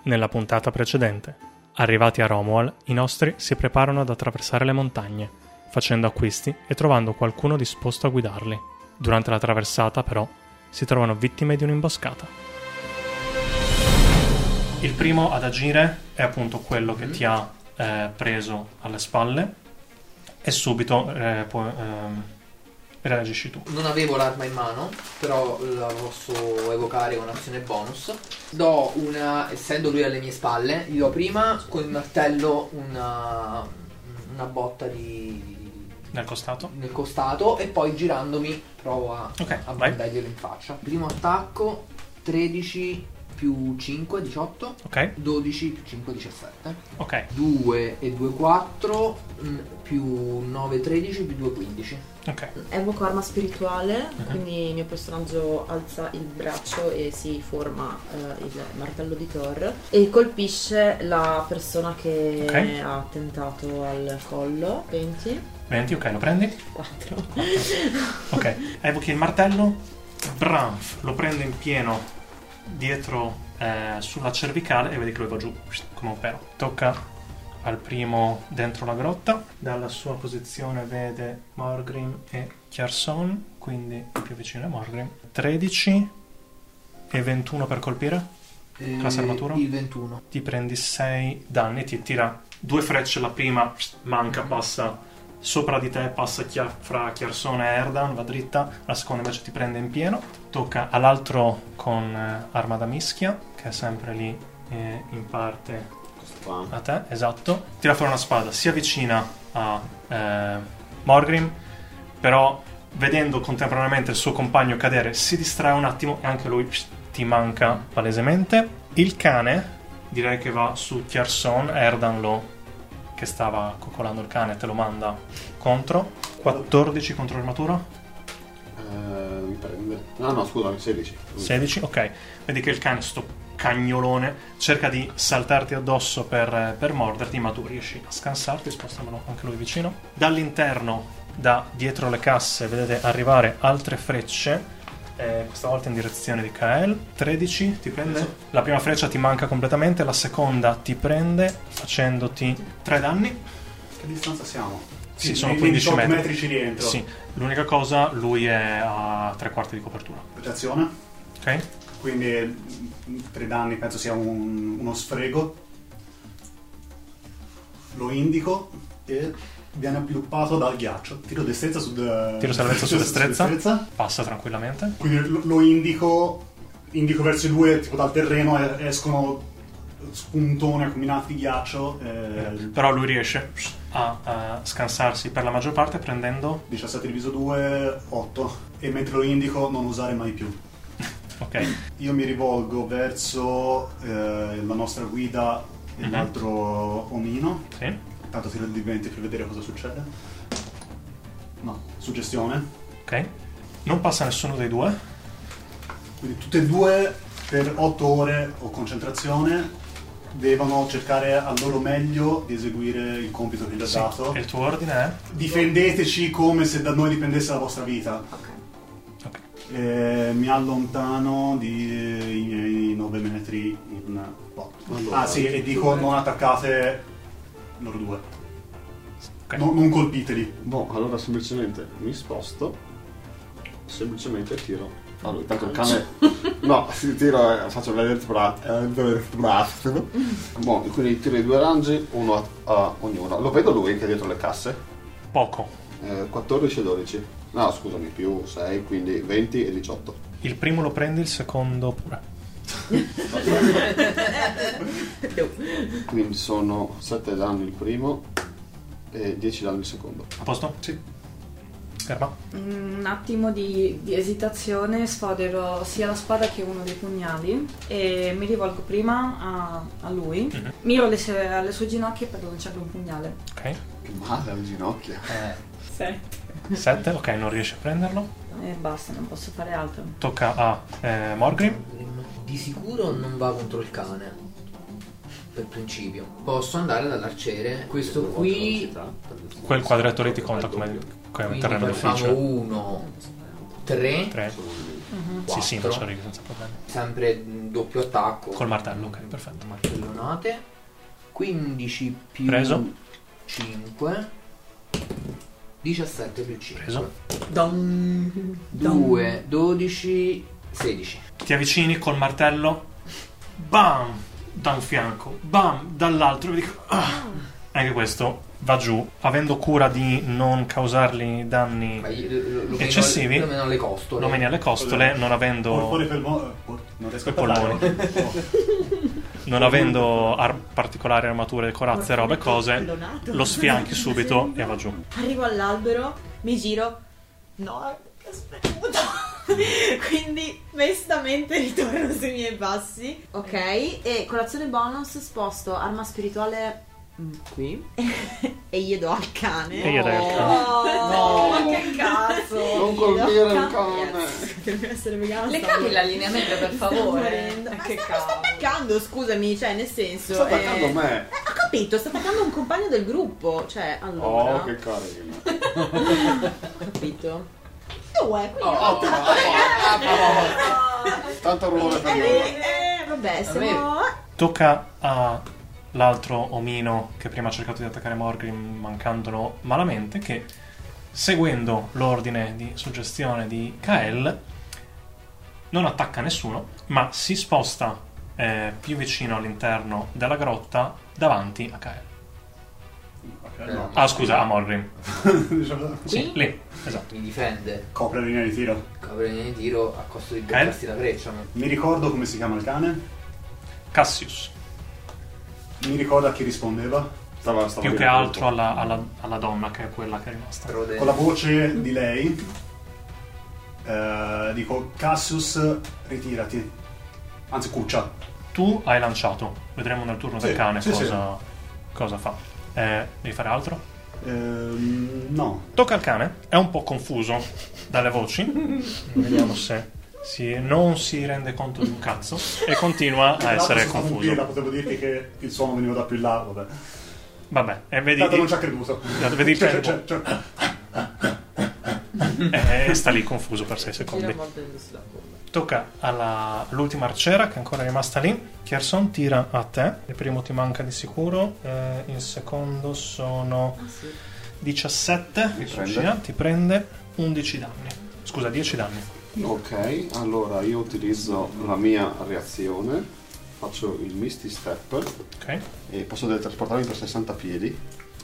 Nella puntata precedente, arrivati a Romuald, i nostri si preparano ad attraversare le montagne, facendo acquisti e trovando qualcuno disposto a guidarli. Durante la traversata, però, si trovano vittime di un'imboscata. Il primo ad agire è appunto quello che ti ha preso alle spalle e subito reagisci tu. Non avevo l'arma in mano, però la posso evocare con azione bonus. Do una, essendo lui alle mie spalle, gli do prima con il martello una botta nel costato e poi girandomi provo a bandaglielo in faccia. Primo attacco 13 più 5 18, ok, 12 più 5 17, ok, 2 e 2 4 più 9 13 più 2 15. ok. Evoco arma spirituale, quindi il mio personaggio alza il braccio e si forma il martello di Thor e colpisce la persona che ha tentato al collo. 20, ok, lo prendi? 4. Ok, evochi il martello, Branf lo prende in pieno dietro sulla cervicale e vedi che lui va giù come un pero. Tocca al primo dentro la grotta. Dalla sua posizione vede Morgrim e Chiarson, quindi il più vicino è Morgrim. 13 e 21 per colpire. Classe armatura? Il 21. Ti prendi 6 danni, ti tira 2 frecce, la prima manca, passa sopra di te, passa fra Chiarson e Erdan, va dritta, la seconda invece ti prende in pieno. Tocca all'altro con arma da mischia, che è sempre lì in parte a te, esatto. Tira fuori una spada, si avvicina a Morgrim, però vedendo contemporaneamente il suo compagno cadere si distrae un attimo e anche lui ti manca palesemente. Il cane direi che va su Chiarson, Erdan che stava coccolando il cane te lo manda contro. 14 contro l'armatura? Mi prende. No, scusami, 16. 16, ok. Vedi che il cane, sto cagnolone, cerca di saltarti addosso per morderti, ma tu riesci a scansarti, spostamelo anche lui vicino. Dall'interno, da dietro le casse, vedete arrivare altre frecce, questa volta in direzione di Kael. 13 ti prende, la prima freccia ti manca completamente, la seconda ti prende facendoti 3 danni. Che distanza siamo? Sì, sono 15 metri ci rientro. Sì, l'unica cosa, lui è a 3/4 di copertura. Protezione. Ok. Quindi 3 danni penso sia uno sfrego. Lo indico e viene avviluppato dal ghiaccio. Tiro destrezza su Tiro salvezza su destrezza. Passa tranquillamente. Quindi lo indico verso i due, tipo dal terreno, e escono spuntoni accuminati di ghiaccio. Però lui riesce a scansarsi per la maggior parte prendendo 17 diviso 2, 8. E mentre lo indico, non usare mai più. Ok. Io mi rivolgo verso la nostra guida e l'altro omino. Sì. Tanto tiro di 20 per vedere cosa succede. No, suggestione. Ok. Non passa nessuno dei due. Quindi tutte e due per 8 ore o concentrazione devono cercare al loro meglio di eseguire il compito che gli ho dato. E il tuo ordine è? Difendeteci come se da noi dipendesse la vostra vita. Ok. Mi allontano i miei 9 metri in botto. Allora, e dico non attaccate loro due. Okay. Non colpiteli. Boh, allora semplicemente mi sposto. Semplicemente tiro. Allora, intanto il cane. No, si tiro, faccio l'alert blast. Boh, quindi tiro i 2 rangi, uno a ognuno. Lo vedo lui che è dietro le casse? Poco. 14 e 12. No, scusami, più 6, quindi 20 e 18. Il primo lo prendi, il secondo pure. Quindi sono 7 danni il primo e 10 danni il secondo. A posto? Sì. Ferma. Un attimo di esitazione, sfodero sia la spada che uno dei pugnali e mi rivolgo prima a lui. Miro alle sue ginocchia per lanciargli un pugnale. Ok. Che male alle ginocchia. 7, ok, non riesci a prenderlo. E basta, non posso fare altro. Tocca a Morgrim. Di sicuro non va contro il cane, per principio. Posso andare dall'arciere. Questo qui, Quel quadretto lì ti conta come quindi terreno facciamo difficile. 1, 3, 3. Sì, non ci arrivi senza problemi. Sempre doppio attacco. Col martello, ok, perfetto. Martellonate. 15 più Preso. 5. 17 più 5. Preso. 2, 12, 16. Ti avvicini col martello, bam, da un fianco, bam, dall'altro, vedi anche questo va giù, avendo cura di non causargli danni eccessivi. Lo meno alle costole. Lo meni alle costole, non avendo non riesco a parlare. non avendo particolari armature, corazze, robe, cose, lo sfianchi subito e va giù. Arrivo all'albero, mi giro. No, che aspetto. Quindi mestamente ritorno sui miei passi. Ok, e con l'azione bonus sposto arma spirituale qui e gli do al cane. E gli dai al cane. No, ma che cazzo. Non colpire il cane. Deve essere vegano. Le cambi l'allineamento per favore. Che cazzo. Sta attaccando, scusami, cioè nel senso. Sta attaccando me. Ho capito, sta attaccando un compagno del gruppo. Cioè, allora. Oh, che carino. Ho capito. Quindi Tanto rumore per loro. vabbè, siamo. Tocca all'altro omino che prima ha cercato di attaccare Morgrim mancandolo malamente, che seguendo l'ordine di suggestione di Kael non attacca nessuno, ma si sposta più vicino all'interno della grotta davanti a Kael. No. Scusa, a Morgrim. Diciamo, Sì, lì, esatto. Mi difende. copre la linea di tiro. Copre di tiro a costo di beccarsi la freccia. Mi ricordo come si chiama il cane. Cassius. Mi ricordo a chi rispondeva. Stava Più che via altro tutto. alla donna, che è quella che è rimasta. Con la voce di lei dico: Cassius, ritirati. Anzi, cuccia. Tu hai lanciato, vedremo nel turno del Sì, cane sì, cosa fa. Devi fare altro? No. Tocca al cane, è un po' confuso dalle voci. Vediamo se non si rende conto di un cazzo e continua a essere confuso. Potevo dirti che il suono veniva da più in là, vabbè. Vabbè, e vedi. Tanto non ci ha creduto. Vedi sta lì confuso per 6 secondi. Tocca all'ultima arciera che è ancora rimasta lì. Kherson, tira a te. Il primo ti manca di sicuro, il secondo sono 17. Ti prende 11 danni. Scusa, 10 danni. Ok, allora io utilizzo la mia reazione, faccio il Misty Step, Ok. e posso teletrasportarmi per 60 piedi.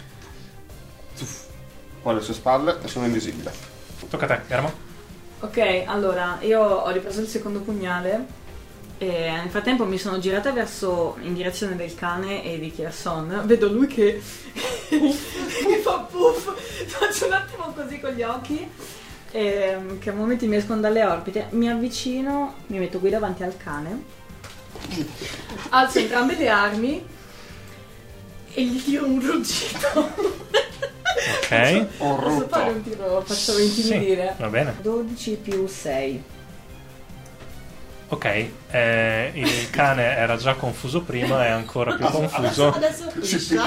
Poi alle sue spalle e sono invisibile. Tocca a te, Germa. Ok, allora io ho ripreso il secondo pugnale e nel frattempo mi sono girata in direzione del cane e di Kherson. Vedo lui che mi fa puff, faccio un attimo così con gli occhi che a momenti mi escono dalle orbite. Mi avvicino, mi metto qui davanti al cane, alzo entrambe le armi e gli tiro un ruggito. Ok. Posso fare un tiro? Faccio intimidire. Sì, va bene. 12 più 6. Ok, il cane era già confuso prima, è ancora più confuso. Adesso piscia.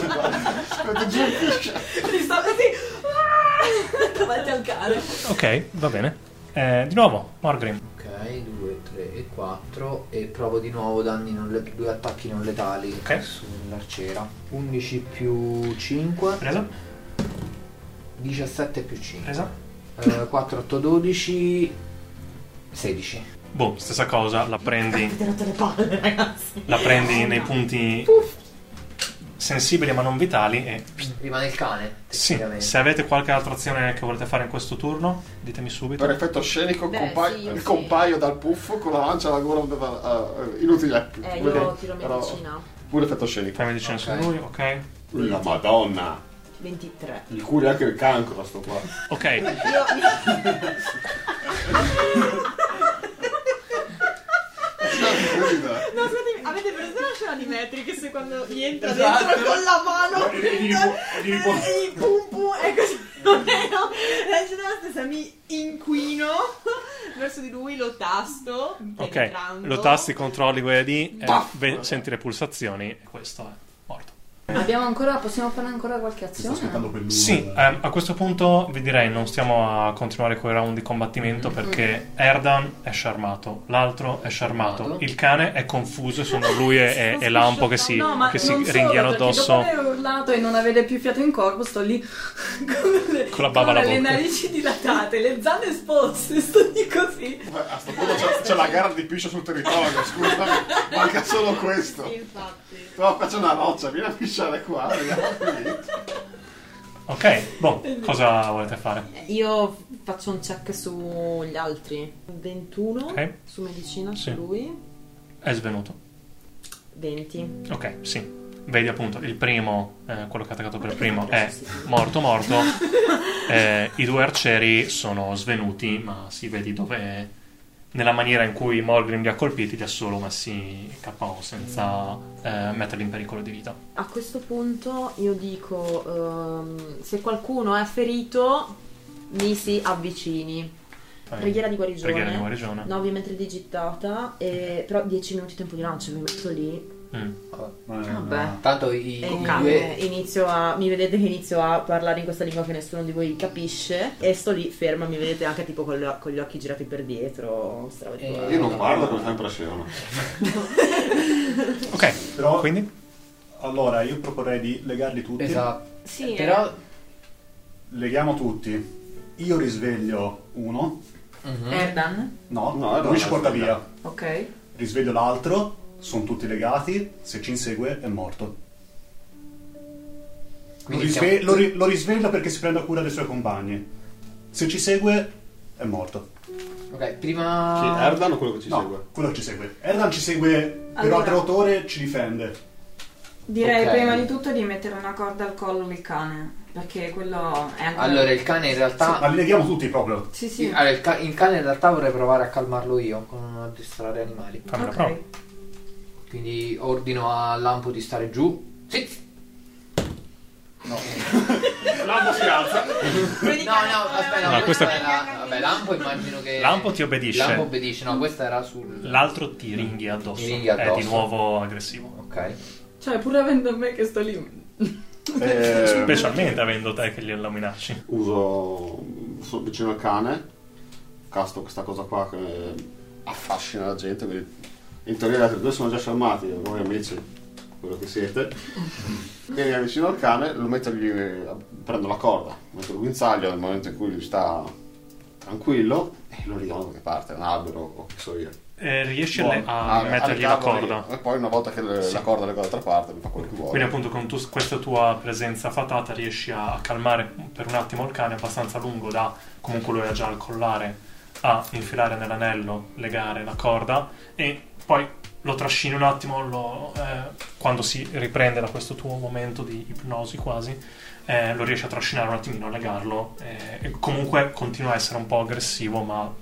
Mi sto così davanti al cane. Ok, va bene. Di nuovo, Morgrim. Ok, 2, 3 e 4. E provo di nuovo danni due attacchi non letali sull'arciera. 11 più 5. Presa. 17 più 5. Presa. 4, 8, 12, 16. Boh, stessa cosa, la prendi. Avete rotto le palle, ragazzi. La prendi nei punti sensibili ma non vitali e Rimane il cane. sì, tecnicamente. se avete qualche altra azione che volete fare in questo turno, ditemi subito. Per effetto scenico Beh, compaio dal puff con la lancia alla gola inutile. Io tiro Però medicina. pure effetto scenico. Fai medicina su lui, ok. La madonna. 23. Il curi anche il cancro sto qua. Ok, No, scusatemi, avete preso la scena di Matrix quando gli entra dentro con la mano e gli pum pum e così non è, no? La scena è la stessa, mi inquino verso di lui, lo tasto ok. penetrando. Lo tasti, controlli quella lì, senti le pulsazioni e questo è morto. Possiamo fare ancora qualche Sto azione? aspettando quell'uno. Sì, a questo punto vi direi non stiamo a continuare con i round di combattimento perché Erdan è sciarmato, l'altro è sciarmato, il cane è confuso e sono lui e Lampo che si ringhiano addosso. Dopo aver urlato e non avere più fiato in corpo, sto lì Con la bava alla le bocca. narici dilatate, le zanne esposte, sto lì così. A sto punto c'è la gara di piscio sul territorio, scusami, manca solo questo. Sì, infatti. Però faccio una roccia, vieni a pisciare qua, vediamo qui. Ok, cosa volete fare? Io faccio un check sugli altri. 21 Ok. su medicina, Sì. su lui. È svenuto. 20. Ok, sì. Vedi appunto il primo, quello che ha attaccato per primo è Sì. morto. I due arcieri sono svenuti, ma si vedi dove nella maniera in cui Morgrim li ha colpiti li ha solo messi KO senza metterli in pericolo di vita. A questo punto io dico, se qualcuno è ferito, mi si avvicini. Preghiera di guarigione. Preghiera di guarigione. 9 metri di gittata, però 10 minuti tempo di lancio, mi metto lì. Vabbè. Tanto i E due... mi vedete che inizio a parlare in questa lingua che nessuno di voi capisce e sto lì ferma, mi vedete anche tipo con gli occhi girati per dietro. Io non guardo, mi fa impressione. Ok, Però, quindi? allora, io proporrei di legarli tutti. Esatto. Sì, Però... Leghiamo tutti. Io risveglio uno. Erdan? No, No, lui ci no, porta no. via. Ok. Risveglio l'altro. Sono tutti legati. Se ci insegue è morto. Quindi Lo risveglio perché si prende cura dei suoi compagni. Se ci segue è morto. Ok, prima... Chi, Erdan o quello che ci No, segue? quello che ci segue. Erdan ci segue per Allora. altre 8 ore, ci difende. Direi Ok. prima di tutto di mettere una corda al collo del cane, perché quello è ancora... Allora, il cane in realtà... Ma li leghiamo tutti proprio. Sì, sì. Allora, il cane in realtà vorrei provare a calmarlo io con addestrare animali. Fammi la Ok. prova. Quindi ordino a Lampo di stare giù. Sì. No. Lampo si alza. No, aspetta, No, no, questo- questa era... Vabbè, Lampo immagino che... Lampo ti obbedisce. Lampo obbedisce, no, questa era sul... L'altro ti ringhia addosso. Mi ringhia È addosso. di nuovo aggressivo. Ok. Cioè, pur avendo me che sto lì... Specialmente avendo te che glielo minacci. Sono vicino al cane, casto questa cosa qua che affascina la gente, quindi in teoria gli altri due sono già sciarmati, voi amici, quello che siete. Vieni vicino al cane, prendo la corda, metto il guinzaglio nel momento in cui lui sta tranquillo e lo ridono che parte, un albero o che so io. Riesci Buono. a mettergli la corda. E poi una volta che la corda leggo dall'altra parte mi fa quello che vuole. Quindi appunto con questa tua presenza fatata riesci a calmare per un attimo il cane abbastanza lungo da comunque lui ha già il collare a infilare nell'anello, legare la corda e poi lo trascini un attimo quando si riprende da questo tuo momento di ipnosi quasi lo riesci a trascinare un attimino, a legarlo e comunque continua a essere un po' aggressivo ma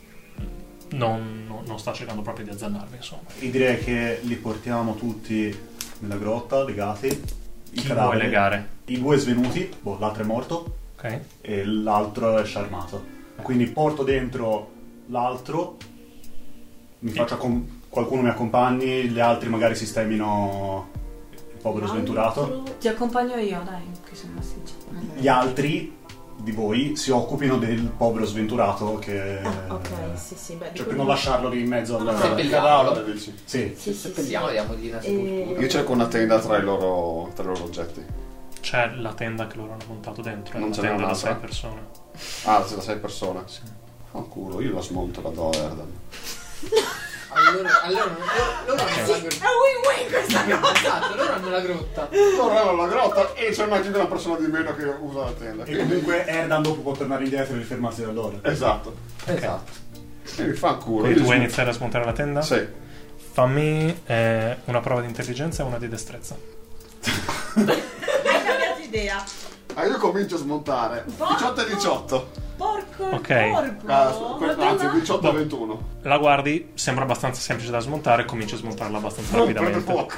non sta cercando proprio di azzannarvi insomma. Io direi che li portiamo tutti nella grotta, legati. Chi vuoi legare? I due svenuti, l'altro è morto Ok? e l'altro è sciarmato. Quindi porto dentro l'altro, qualcuno mi accompagni, gli altri magari sistemino il povero sventurato. Ti accompagno io, dai, che sei massiccia. Gli altri di voi si occupino del povero sventurato che... Ok, sì, beh. Cioè per non lasciarlo lì in mezzo al Seppelliamolo. Dici? Sì. Sì, Seppelliamo, diamo di una sepoltura. Io cerco una tenda tra i loro oggetti. C'è la tenda che loro hanno montato dentro, è Non una ce n'è tenda da un'altra? 6 persone. Ah, c'è da 6 persone? Sì. Fanculo, io la smonto, la do a Erdan. Allora loro hanno la grotta. Esatto, loro hanno la grotta. Loro hanno la grotta e c'è una persona di meno che usa la tenda. E comunque Erdan dopo può tornare indietro e fermarsi da loro. Esatto. Esatto. Quindi fanculo. Quindi tu vuoi iniziare a smontare la tenda? Sì. Fammi una prova di intelligenza e una di destrezza. Hai cambiato idea. Ah, io comincio a smontare. 18 e 18. Porco Ok. corpo. Anzi, 18 e 21. La guardi, sembra abbastanza semplice da smontare, cominci a smontarla abbastanza Prende rapidamente. fuoco.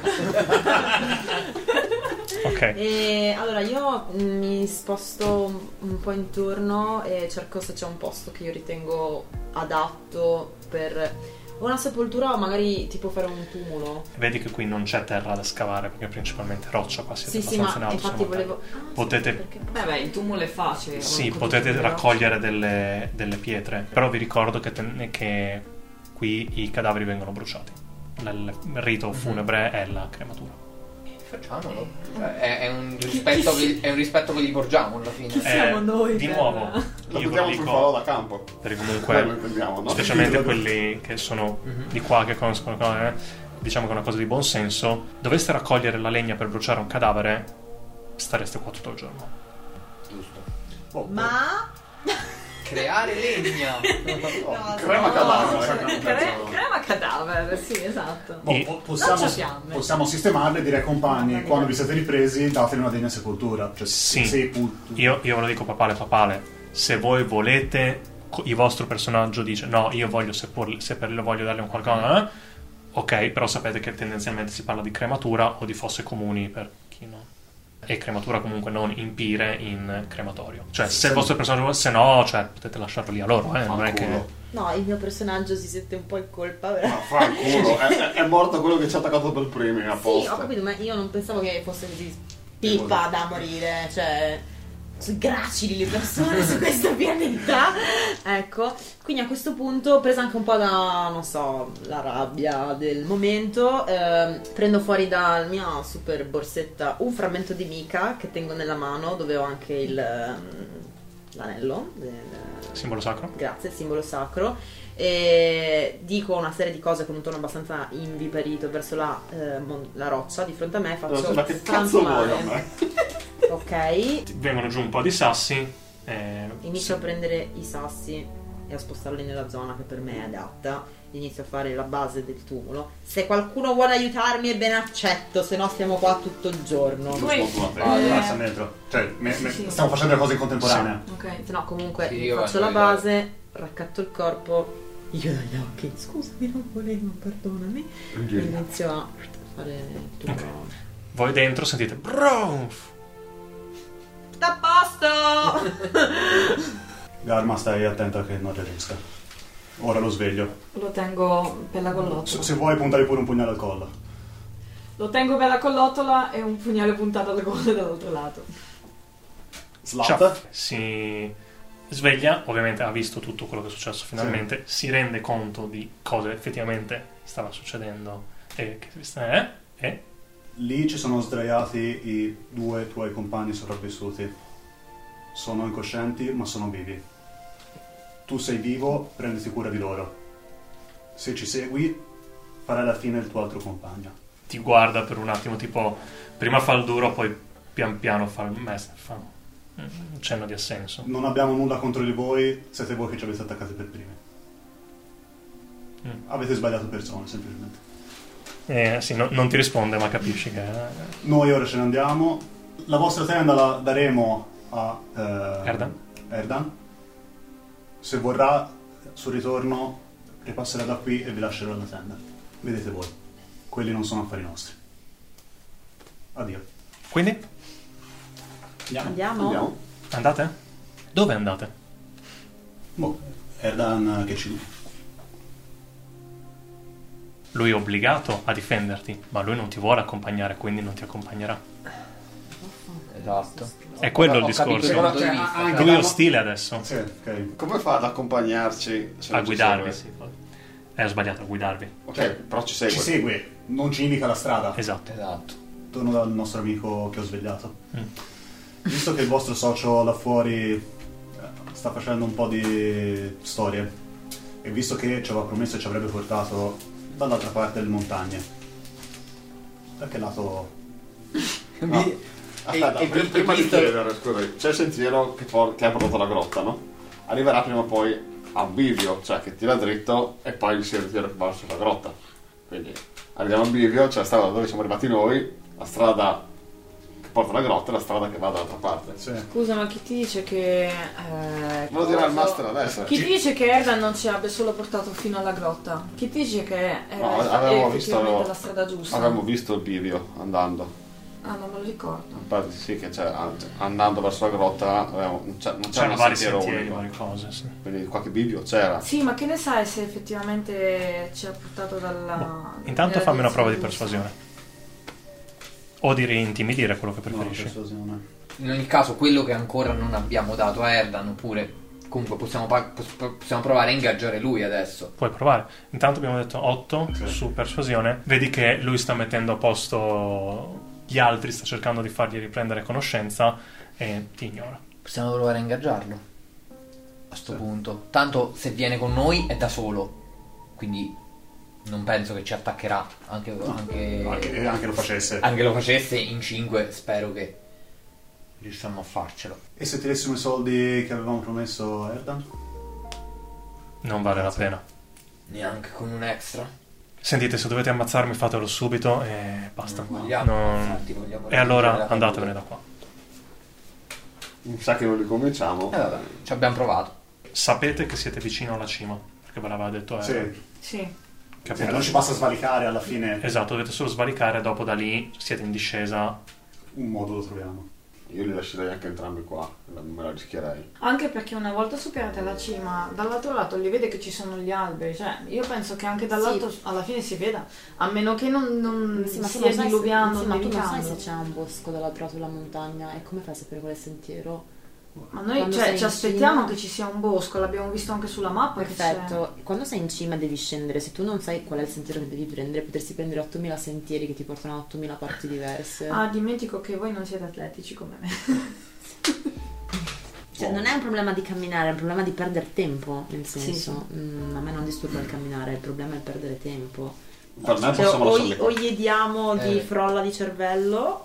Ok. E allora io mi sposto un po' intorno e cerco se c'è un posto che io ritengo adatto per Una sepoltura o magari tipo fare un tumulo. Vedi che qui non c'è terra da scavare perché è principalmente roccia, qua siete Sì, abbastanza in ma alto, infatti siamo volevo... Potete- perché... Beh, il tumulo è facile. Sì, con potete tutte le raccogliere delle pietre, però vi ricordo che qui i cadaveri vengono bruciati. Il rito funebre è la crematura. Facciamolo. È un rispetto che gli porgiamo alla fine. Chi siamo noi Di per- nuovo, Lo io ve buttiamo lo sul dico, falò da campo. perché Quello comunque, intendiamo, no? specialmente quelli che sono di qua, che conoscono, diciamo che è una cosa di buon senso, doveste raccogliere la legna per bruciare un cadavere, stareste qua tutto il giorno. Giusto. Oh, Ma... Creare legna. crema cadavere. Crema cadavere, sì, esatto. Possiamo, Non c'è fiamme. possiamo sistemarle e dire ai compagni, quando vi siete ripresi, dateli una degna sepoltura. Cioè, Sì. sepultura. Io ve lo dico papale, se voi volete, il vostro personaggio dice no, io voglio seppellirlo, voglio dargli un qualcosa, ok, però sapete che tendenzialmente si parla di crematura o di fosse comuni per chi no. E crematura comunque non impire in crematorio. Cioè, se il vostro personaggio vuole, se no, cioè, potete lasciarlo lì a loro, non è che... No, il mio personaggio si sente un po' in colpa, Ma però. fa il culo, è morto quello che ci ha attaccato per primi Sì, apposta. ho capito, ma io non pensavo che fosse così pippa da morire, cioè gracili le persone su questo pianeta. Ecco, quindi a questo punto, presa anche un po' da, non so, la rabbia del momento, prendo fuori dalla mia super borsetta un frammento di mica che tengo nella mano, dove ho anche l'anello Simbolo sacro? grazie, il simbolo sacro, e dico una serie di cose con un tono abbastanza inviperito verso la roccia di fronte a me, faccio Ma che cazzo vuoi a frantumare. me? Ok, Vengono giù un po' di sassi. inizio a prendere i sassi e a spostarli nella zona che per me è adatta. Inizio a fare la base del tumulo. Se qualcuno vuole aiutarmi è ben accetto, se no stiamo qua tutto il giorno. Poi- Passa dentro. Cioè, Sì. stiamo facendo le cose in contemporanea. Ok. Se no, comunque Sì, mi io faccio vengo la a base, raccatto il corpo, io dagli occhi, scusami, non volevo, perdonami. E inizio a fare tutto. Ok. Voi dentro sentite bro! Tutto a posto! Garma, stai attenta che non reagisca. Ora lo sveglio. Lo tengo per la collottola. Se vuoi puntare pure un pugnale al collo. Lo tengo per la collottola e un pugnale puntato alla gola dall'altro lato. Slat. Si sveglia, ovviamente ha visto tutto quello che è successo finalmente, si rende conto di cosa effettivamente stava succedendo e Lì ci sono sdraiati i 2 tuoi compagni sopravvissuti. Sono incoscienti, ma sono vivi. Tu sei vivo, prenditi cura di loro. Se ci segui, farai la fine del tuo altro compagno. ti guarda per un attimo, tipo prima fa il duro, poi pian piano fa un cenno di assenso. Non abbiamo nulla contro di voi, siete voi che ci avete attaccati per primi. Avete sbagliato persone, semplicemente. Sì, non ti risponde, ma capisci che... Noi ora ce ne andiamo. La vostra tenda la daremo a Erdan. Se vorrà, sul ritorno, ripasserà da qui e vi lascerò la tenda. Vedete voi. Quelli non sono affari nostri. Addio. Quindi? Andiamo? Andate? Dove andate? Boh, Erdan che ci... Lui è obbligato a difenderti, ma lui non ti vuole accompagnare, quindi non ti accompagnerà. Esatto. È quello il Ho capito discorso. punto di vista. anche Lui è la- ostile adesso. Sì, ok. Come fa ad accompagnarci se A non ci guidarvi, segue? sì. Ho sbagliato, a guidarvi. Ok, però ci segue. Ci segue, non ci indica la strada. Esatto. Esatto. Torno dal nostro amico che ho svegliato. Visto che il vostro socio là fuori sta facendo un po' di storie, e visto che ci aveva promesso e ci avrebbe portato dall'altra parte delle montagne, da che lato... No. Aspetta, E prima di visto- chiedere, scusa, c'è il sentiero che ha portato alla grotta, no? Arriverà prima o poi a un bivio, cioè che tira dritto e poi il sentiero che va verso la grotta. Quindi arriviamo a un bivio, cioè la strada dove siamo arrivati noi, la strada che porta alla grotta e la strada che va dall'altra parte. Sì. Scusa, ma chi ti dice che... Me lo dirà il master adesso. Chi ti dice che Erdan non ci abbia solo portato fino alla grotta? Chi ti dice che No, era avevamo effettivamente visto, la strada giusta? avevamo visto il bivio andando. Ah, non me lo ricordo. Sì, che andando verso la grotta non c'erano vari sentiero sentieri, unico. varie cose, sì. Quindi qualche bivio c'era. Sì, ma che ne sai se effettivamente ci ha portato dalla... Intanto fammi una prova di persuasione. O di intimidire, quello che preferisci. In ogni caso, quello che ancora non abbiamo dato a Erdan, oppure comunque possiamo provare a ingaggiare lui adesso. Puoi provare. Intanto abbiamo detto 8 su persuasione. Vedi che lui sta mettendo a posto gli altri, sta cercando di fargli riprendere conoscenza e ti ignora. Possiamo provare a ingaggiarlo a sto punto. Tanto se viene con noi è da solo, quindi non penso che ci attaccherà. Anche lo facesse. Anche lo facesse in 5, spero che riusciamo a farcelo. E se tiressimo i soldi che avevamo promesso a Erdan? Non vale la pena. Neanche con un extra? Sentite, se dovete ammazzarmi fatelo subito e basta. Vogliamo E allora andatevene da qua. Mi sa che non li convinciamo. Vabbè, ci abbiamo provato. Sapete che siete vicino alla cima, perché ve l'aveva detto Sì. Sì. Capito? Non ci basta svalicare alla fine. Esatto, dovete solo svalicare, dopo da lì siete in discesa. Un modo lo troviamo. Io li lascerei anche entrambi qua, non me la rischierei. Anche perché una volta superate la cima, dall'altro lato li vede che ci sono gli alberi, cioè io penso che anche dall'alto alla fine si veda, a meno che non Sì, ma stia diluviando, ma tu non sai nevicando. se c'è un bosco dall'altro lato della montagna e come fai a sapere qual è il sentiero? Ma noi Quando sei ci in aspettiamo cima- che ci sia un bosco, l'abbiamo visto anche sulla mappa. che Perfetto, quando sei in cima devi scendere, se tu non sai qual è il sentiero che devi prendere, potresti prendere 8000 sentieri che ti portano a 8000 parti diverse. c'è. Ah, dimentico che voi non siete atletici come me. Cioè, non è un problema di camminare, è un problema di perdere tempo, nel senso, Sì. a me non disturba il camminare, il problema è perdere tempo. Per me Cioè, possiamo lasciarli o qua. gli diamo di frolla di cervello,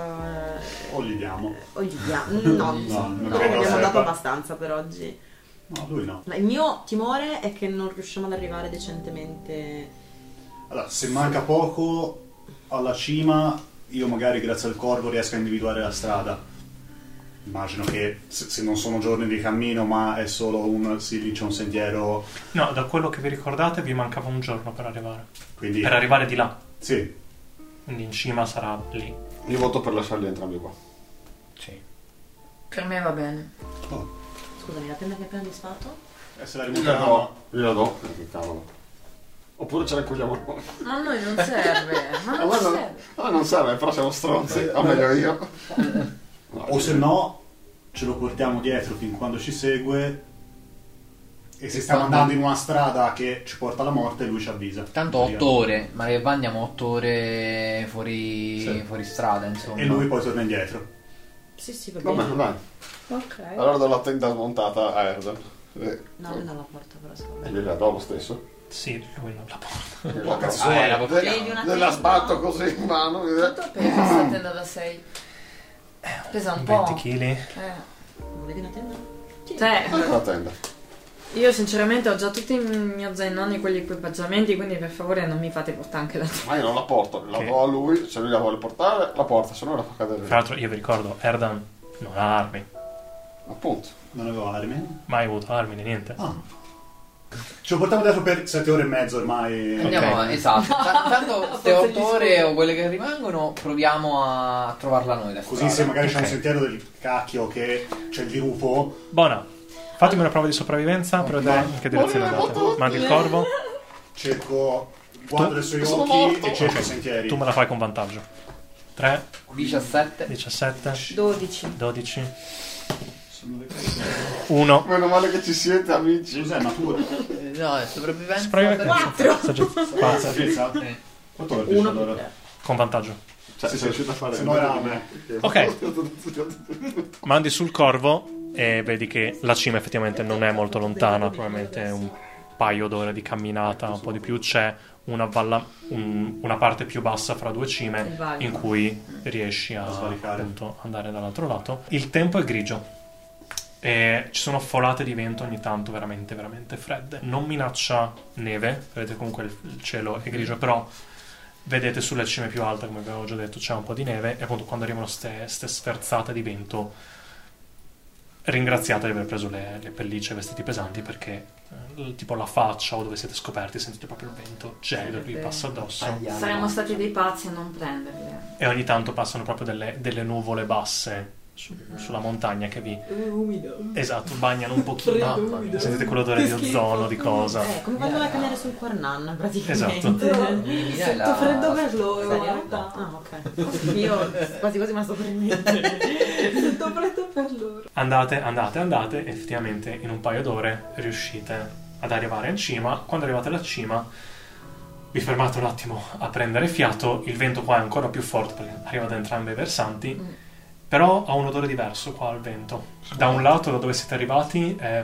O gli diamo. o gli diamo. No, non no, credo abbiamo serva. dato abbastanza per oggi. No, lui no. Il mio timore è che non riusciamo ad arrivare decentemente. Allora, se manca poco alla cima, io magari grazie al corvo riesco a individuare la strada. Immagino che se non sono giorni di cammino, ma è solo sì, lì c'è un sentiero. No, da quello che vi ricordate vi mancava un giorno per arrivare. Quindi Per arrivare di là. sì. Quindi in cima sarà lì. Io voto per lasciarli entrambi qua. Sì. Per me va bene. Oh, Scusami, la tenda che hai appena disfatto? se la Io rimontiamo. la do. Che cavolo. Oppure ce la cogliamo noi. Ma a noi non serve, ma non serve. Non serve, però siamo stronzi. O meglio io. O se no, ce lo portiamo dietro fin quando ci segue. E se stiamo andando in una strada che ci porta alla morte, lui ci avvisa. Tanto 8 ore, ma che andiamo 8 ore fuori strada, insomma. E lui poi torna indietro. Sì, sì, va Va bene. bene, dai. Ok. Allora do la tenda smontata a Erdan. No, lui non la porta, però secondo E me. gliela do lo stesso. Sì, lui non la porta. La cazzo vuoi? La portiamo. Vedi una Gliela tenda? sbatto così in mano. Quanto pesa questa tenda da 6? Pesa un po'. 20 kg. Volevi una tenda? Cioè, La tenda. io sinceramente ho già tutti i miei zainoni quegli equipaggiamenti, quindi per favore non mi fate portare anche la tenda. Ma io non la porto, la do a lui. Se lui la vuole portare, la porta, se no la fa cadere. Tra l'altro io vi ricordo, Erdan non ha armi. Appunto. Non avevo armi. Mai avuto armi né niente. Ce lo portiamo dietro per 7 ore e mezzo ormai. Andiamo, Ok. esatto. Tanto queste Forse 8 gli ore scusi. o quelle che rimangono, proviamo a trovarla noi la Così strada. se magari c'è un Ok. sentiero del cacchio che c'è il dirupo. Buona. Fatemi una prova di sopravvivenza per vedere in che direzione andate. Mandi il corvo. Cerco, guardo i suoi Sono occhi morto. e cerco i sentieri. Tu me la fai con vantaggio. 3, 17. 17, 12. 12, Sono le cose. 1. Meno male che ci siete, amici. Cos'è natura? No, è sopravvivenza. Sopravvivenza. 4. Saggezza? 14 Uno allora. più tre. Con vantaggio. Cioè, sei riuscito a fare Se no era a me. Ok. Mandi sul corvo e vedi che la cima effettivamente non è molto lontana, probabilmente è un paio d'ore di camminata, un po' di più. C'è una parte più bassa fra due cime in cui riesci a svalicare. appunto andare dall'altro lato. Il tempo è grigio e ci sono folate di vento ogni tanto veramente veramente fredde. Non minaccia neve, vedete comunque il cielo è grigio, però vedete sulle cime più alte, come vi avevo già detto, c'è un po' di neve e appunto quando arrivano ste sferzate di vento ringraziate di aver preso le pellicce e i vestiti pesanti, perché tipo la faccia o dove siete scoperti sentite proprio il vento gelido che vi passa addosso, Saremmo stati dei pazzi a non prenderle. e ogni tanto passano proprio delle nuvole basse sulla montagna che vi esatto bagnano un pochino. Sentite quell'odore di ozono, di cosa. Come quando vai a camminare sul Quarnan, praticamente. Esatto. Sento freddo per loro. Ok. Io quasi me la sto prendendo. Sento freddo per loro. Andate, effettivamente in un paio d'ore riuscite ad arrivare in cima. Quando arrivate alla cima vi fermate un attimo a prendere fiato, il vento qua è ancora più forte perché arriva da entrambi i versanti, però ha un odore diverso qua il vento. Da un lato, da dove siete arrivati, è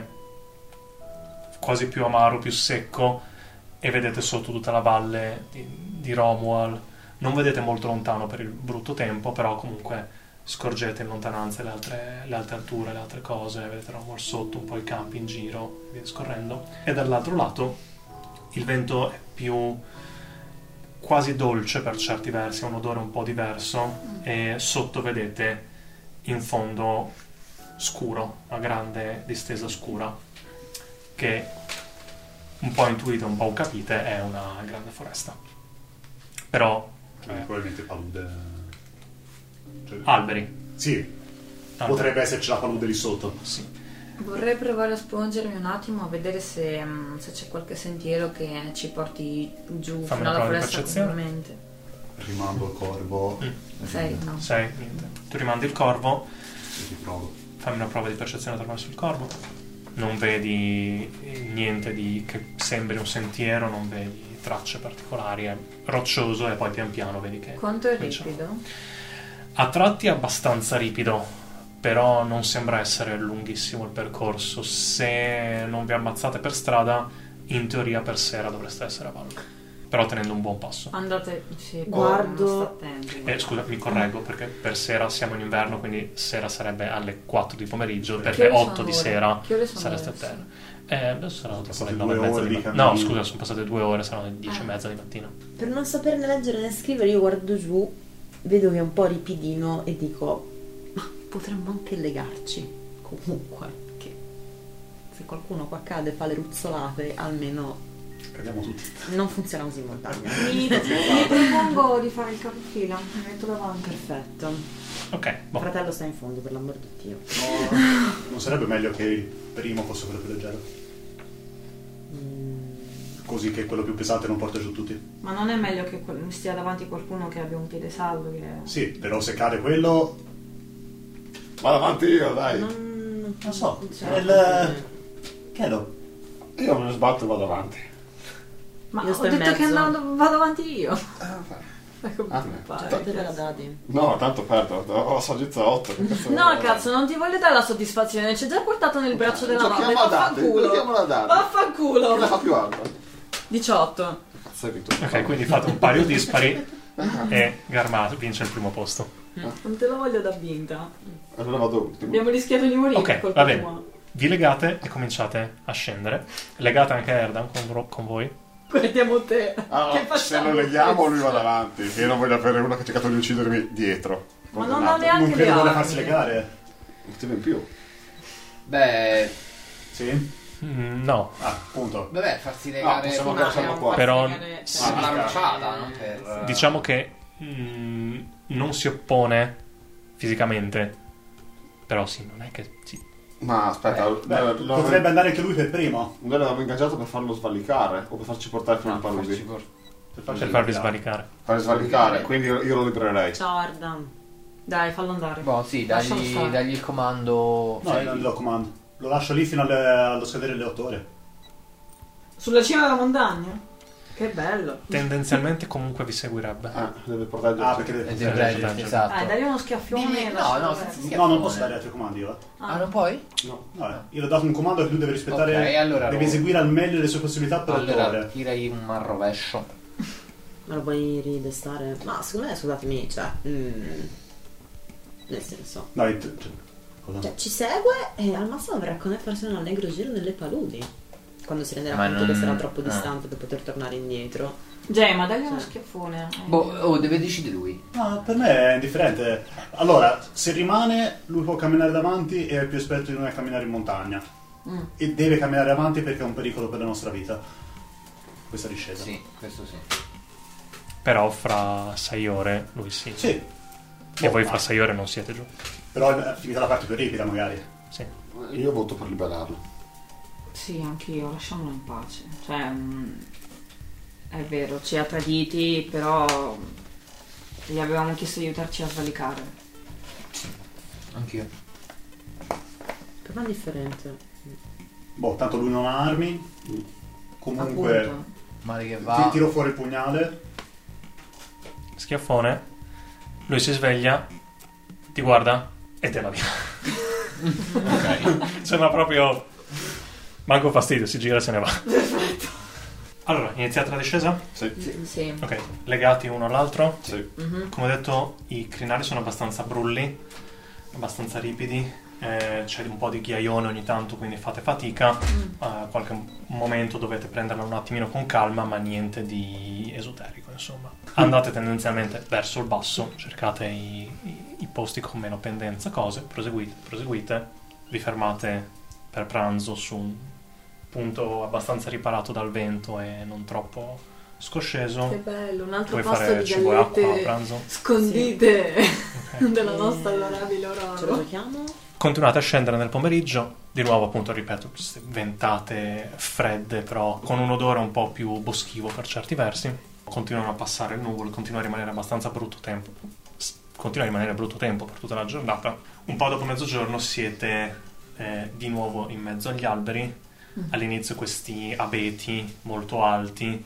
quasi più amaro, più secco, e vedete sotto tutta la valle di Romuald. Non vedete molto lontano per il brutto tempo, però comunque scorgete in lontananza le altre alture, le altre cose, vedete Romuald sotto, un po' i campi in giro, via scorrendo. E dall'altro lato il vento è più quasi dolce per certi versi, ha un odore un po' diverso, e sotto vedete in fondo scuro, una grande distesa scura che un po' intuite, un po' capite, è una grande foresta. Però probabilmente palude. Cioè, alberi. Sì, potrebbe esserci la palude lì sotto. Sì. Vorrei provare a spingermi un attimo a vedere se c'è qualche sentiero che ci porti giù Fammi fino una alla prova di foresta percezione. completamente. Rimando il corvo. 6, no. 6, niente. Tu rimandi il corvo, E ti provo. fammi una prova di percezione attraverso il corvo. Non vedi niente che sembri un sentiero, non vedi tracce particolari, è roccioso, e poi pian piano vedi che Quanto è comincia. ripido? A tratti è abbastanza ripido, però non sembra essere lunghissimo il percorso. Se non vi ammazzate per strada, in teoria per sera dovreste essere a valle, però tenendo un buon passo. Andate, sì, Guardo- sta attenti. Scusa, mi correggo, perché per sera siamo in inverno, quindi sera sarebbe alle 4 di pomeriggio, Che perché ore 8 sono di ora? sera Che ore sono sareste a adesso? terra. Adesso saranno tipo Passate le 2 9 e mezza ore di di mattina. cammino. No, scusa, sono passate 2 ore, saranno le 10 e mezza di mattina. Per non saperne leggere né scrivere, io guardo giù, vedo che è un po' ripidino e dico: ma potremmo anche legarci. Comunque, che se qualcuno qua cade e fa le ruzzolate, almeno Cadiamo tutti. non funziona così in montagna. Mi propongo di fare il capofila, mi metto davanti. Perfetto. Ok, boh. Fratello sta in fondo, per l'amor di Dio. Non sarebbe meglio che il primo fosse quello più leggero? Così che quello più pesante non porta giù tutti? Ma non è meglio che stia davanti qualcuno che abbia un piede saldo? Che... Sì, però se cade quello... Vado avanti io, dai. Non so, cioè, Chiedo. Io me ne sbatto e vado avanti. Ma Io ho sto in detto che mezzo. vado avanti io. Ecco, Ah, Te la dati. No, tanto perdo. Ho saggezza 8. No, cazzo, non ti voglio dare la soddisfazione. Ci hai già portato nel braccio della mamma. Giochiamo a date. Vaffanculo. Giochiamo a date. Chi la Vaffanculo. fa più alta? 18. Cazzo hai vinto. Ok, quindi fate un paio dispari e Garmat vince il primo posto. Non te lo voglio da vinta. Allora vado ultimo. Abbiamo rischiato di morire. Ok, colpa va bene. tua. Vi legate e cominciate a scendere. Legate anche Erdan con voi. Guardiamo te. Ah, Che se facciamo lo leghiamo questo? lui va davanti. Io non voglio avere uno che ha cercato di uccidermi dietro. Ma non ho neanche Non le credo vuole armi. farsi legare. Motivo in più. Beh, Sì? No, Appunto. vabbè, farsi No, legare possiamo una lasciarlo qua. però una lanciata, non per... diciamo che non si oppone fisicamente. Però sì, non è che Ma aspetta, Beh, potrebbe andare anche lui per primo. noi l'avevamo ingaggiato per farlo svalicare o per farci portare fino a paludi. per farvi svalicare. Farli svalicare, quindi io lo libererei. Ciao Ardan. Dai, fallo andare. Boh, sì, Lascialo dagli, stare. dagli il comando. No, io non glielo comando. Lo lascio lì fino allo scadere delle 8 ore. Sulla cima della montagna? Che bello. Tendenzialmente comunque vi seguirebbe. Deve portare Ah, perché deve Deve reggere, esatto. Dai, dagli uno schiaffione e No, lascialo no, andare. senza No, non posso dare altri comandi io. Ah, non puoi? No. No, io l'ho dato un comando che lui deve rispettare. Ok, allora deve lo- eseguire al meglio le sue possibilità per 8 Allora, ore. tirei un rovescio. Ma lo vuoi ridestare? Ma secondo me, scusatemi, cioè... nel senso... No, cosa? Cioè, ci segue e al massimo verrà con me a farsi un allegro giro nelle paludi. Quando si renderà Ma conto non- che sarà troppo no. distante per poter tornare indietro. Ma dagli uno schiaffone. Boh, deve decidere lui. No, per me è indifferente. Allora, se rimane, lui può camminare davanti e è più esperto di noi a camminare in montagna. E deve camminare avanti perché è un pericolo per la nostra vita. Questa discesa. Sì, questo sì. Però fra 6 ore lui sì. Sì. E voi fra 6 ore non siete giù. Però è finita la parte più ripida, magari. Sì. Io voto per liberarlo. Sì, anch'io, lasciamolo in pace. Cioè, è vero, ci ha traditi, però gli avevamo chiesto di aiutarci a svalicare. Anch'io. Per me è differente. Boh, tanto lui non ha armi. Comunque, Appunto. Male che va. tiro fuori il pugnale. Schiaffone. Lui si sveglia, ti guarda e te va via. Ok. Sembra proprio... manco fastidio, si gira e se ne va. Perfetto. Allora, iniziate la discesa? Sì. Ok, legati uno all'altro. Sì. Come ho detto, i crinali sono abbastanza brulli, abbastanza ripidi. C'è un po' di ghiaione ogni tanto, quindi fate fatica. Qualche momento dovete prenderla un attimino con calma, ma niente di esoterico, insomma. Andate tendenzialmente verso il basso, cercate i posti con meno pendenza, cose, proseguite, vi fermate per pranzo su un punto abbastanza riparato dal vento e non troppo scosceso. Che bello, un altro Puoi pasto fare di cibo e acqua a gallette pranzo. scondite Ok. della nostra adorabile Ce lo Aurora. giochiamo? Continuate a scendere nel pomeriggio, di nuovo appunto ripeto, queste ventate fredde però con un odore un po' più boschivo per certi versi. Continuano a passare le nuvole, continua a rimanere abbastanza brutto tempo. Continua a rimanere brutto tempo per tutta la giornata. Un po' dopo mezzogiorno siete di nuovo in mezzo agli alberi. All'inizio questi abeti molto alti,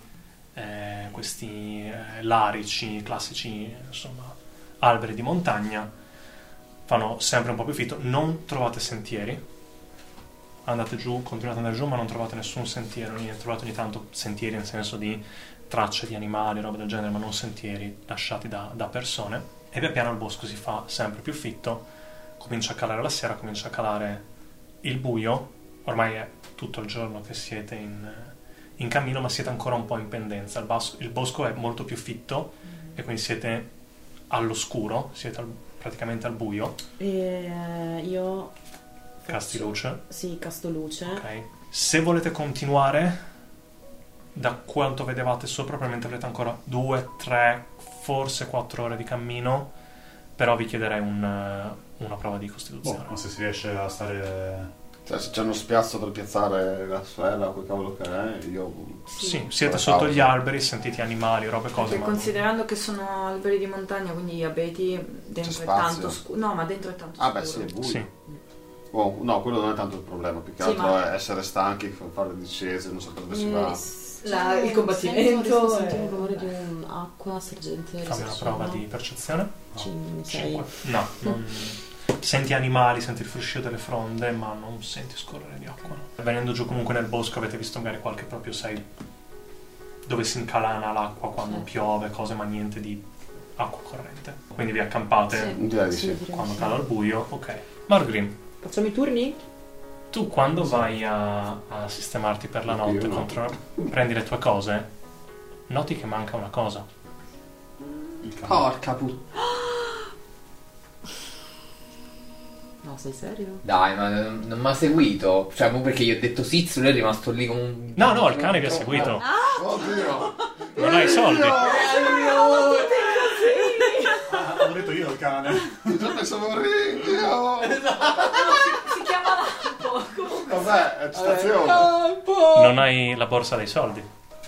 questi larici, classici, insomma, alberi di montagna. Fanno sempre un po' più fitto, non trovate sentieri, andate giù, continuate ad andare giù, ma non trovate nessun sentiero, trovate ogni tanto sentieri nel senso di tracce di animali, roba del genere, ma non sentieri lasciati da persone, e pian piano il bosco si fa sempre più fitto, comincia a calare la sera, comincia a calare il buio, ormai è tutto il giorno che siete in cammino, ma siete ancora un po' in pendenza, il bosco è molto più fitto e quindi siete all'oscuro, siete praticamente al buio. E io Casti luce. Sì, casto luce. Ok. Se volete continuare, da quanto vedevate sopra, probabilmente avrete ancora 2, 3, forse 4 ore di cammino, però vi chiederei una prova di costituzione. Ma se si riesce a stare... Cioè, se c'è uno spiazzo per piazzare la sfera o quel cavolo che è, io... Sì, siete sotto gli alberi, sentite animali, robe, cose. Perché considerando che sono alberi di montagna, quindi gli abeti, dentro è tanto scuro. No, ma dentro è tanto scuro. Ah beh sì, è buio. Sì. Oh, no, quello non è tanto il problema, più che Sì, altro ma- è essere stanchi, fare le discese, non sapere dove si va. Il combattimento Sento è- il rumore di un'acqua sorgente. Fammi una prova di percezione. 6. No, non... Senti animali, senti il fruscio delle fronde, ma non senti scorrere di acqua. No. Venendo giù comunque nel bosco avete visto magari qualche proprio, sai, dove si incalana l'acqua quando piove, cose, ma niente di acqua corrente. Quindi vi accampate Direi di sì. quando cala il buio. Ok. Margrim, Facciamo i turni? tu quando vai a sistemarti per la notte, Io no. prendi le tue cose, noti che manca una cosa. Porca puttana. No, sei serio? Dai, ma non mi ha seguito. Cioè, mo perché io ho detto sì, lui è rimasto lì come un... No, il cane vi ha seguito. Oddio! Non hai soldi. Ho detto io il cane. Già pensavo Ringhio! Si chiama lampo. Vabbè, è citazione. Non hai la borsa dei soldi.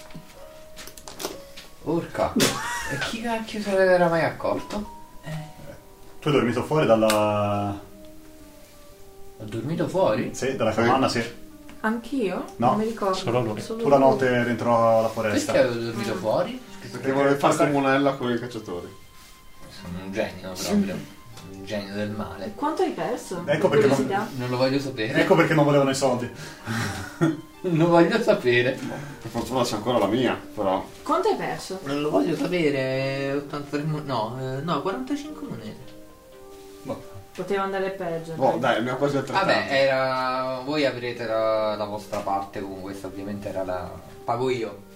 Porca. E chi cacchio se ne era mai accorto? Tu hai dormito fuori dalla... Ho dormito fuori? Sì, dalla capanna, sì. Anch'io? No, non mi ricordo. solo lui. Tu la notte dentro alla foresta. Perché avevo dormito fuori? Perché vuole fare comunella con i cacciatori. Sono un genio proprio. Un genio del male. Quanto hai perso? Ecco perché Curiosità? Non lo voglio sapere. Ecco perché non volevano i soldi. Non lo voglio sapere. Per fortuna c'è ancora la mia, però. Quanto hai perso? Non lo voglio sapere. 83 no, 45 monete. Poteva andare peggio. Oh, dai, ne ho quasi altrettanto. Vabbè, voi avrete la vostra parte con questa, ovviamente era la... Pago io.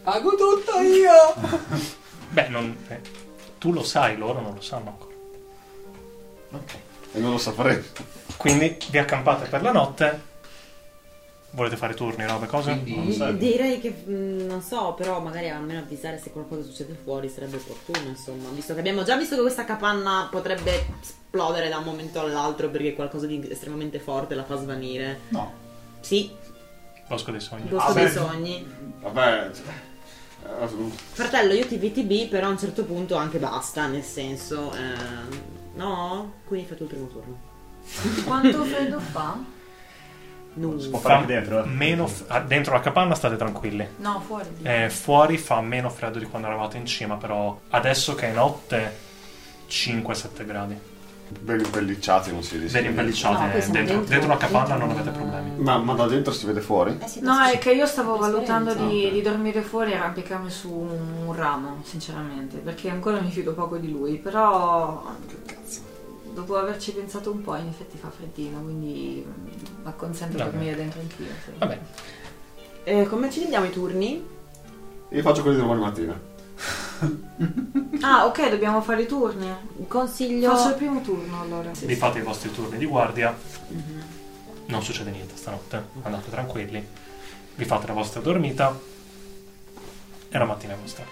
Pago tutto io! Beh, tu lo sai, loro non lo sanno ancora. Ok. E non lo saprei. Quindi vi accampate per la notte. Volete fare turni, robe, cose? Quindi Direi che non so, però magari almeno avvisare se qualcosa succede fuori sarebbe opportuno, insomma, visto che abbiamo già visto che questa capanna potrebbe esplodere da un momento all'altro perché qualcosa di estremamente forte la fa svanire. No. Sì, Bosco dei sogni. Bosco dei sogni. Vabbè. Fratello, io ti VTB, però a un certo punto anche basta, nel senso, no? Quindi fai tu il primo turno. Quanto freddo fa? Si può fare anche dentro, dentro la capanna state tranquilli. No, fuori. Fuori fa meno freddo di quando eravate in cima, però adesso che è notte 5-7 gradi. Ben impellicciati non si rischia. Ben impellicciati. Dentro la capanna non avete problemi. Ma da dentro si vede fuori? No, è che io stavo valutando di dormire fuori e arrampicarmi su un ramo, sinceramente, perché ancora mi fido poco di lui, però dopo averci pensato un po' in effetti fa freddino, quindi acconsento a dormire dentro anch'io. Sì. Vabbè. Come ci dividiamo i turni? Io faccio quelli di domani mattina. Ah, ok, dobbiamo fare i turni. Consiglio... Faccio il primo turno allora. Vi fate i vostri turni di guardia. Non succede niente stanotte. Andate tranquilli. Vi fate la vostra dormita. E la mattina è vostra.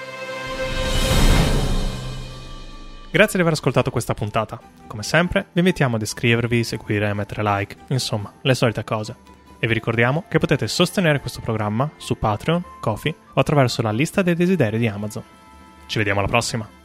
Grazie di aver ascoltato questa puntata. Come sempre, vi invitiamo ad iscrivervi, seguire e mettere like. Insomma, le solite cose. E vi ricordiamo che potete sostenere questo programma su Patreon, Ko-fi o attraverso la lista dei desideri di Amazon. Ci vediamo alla prossima!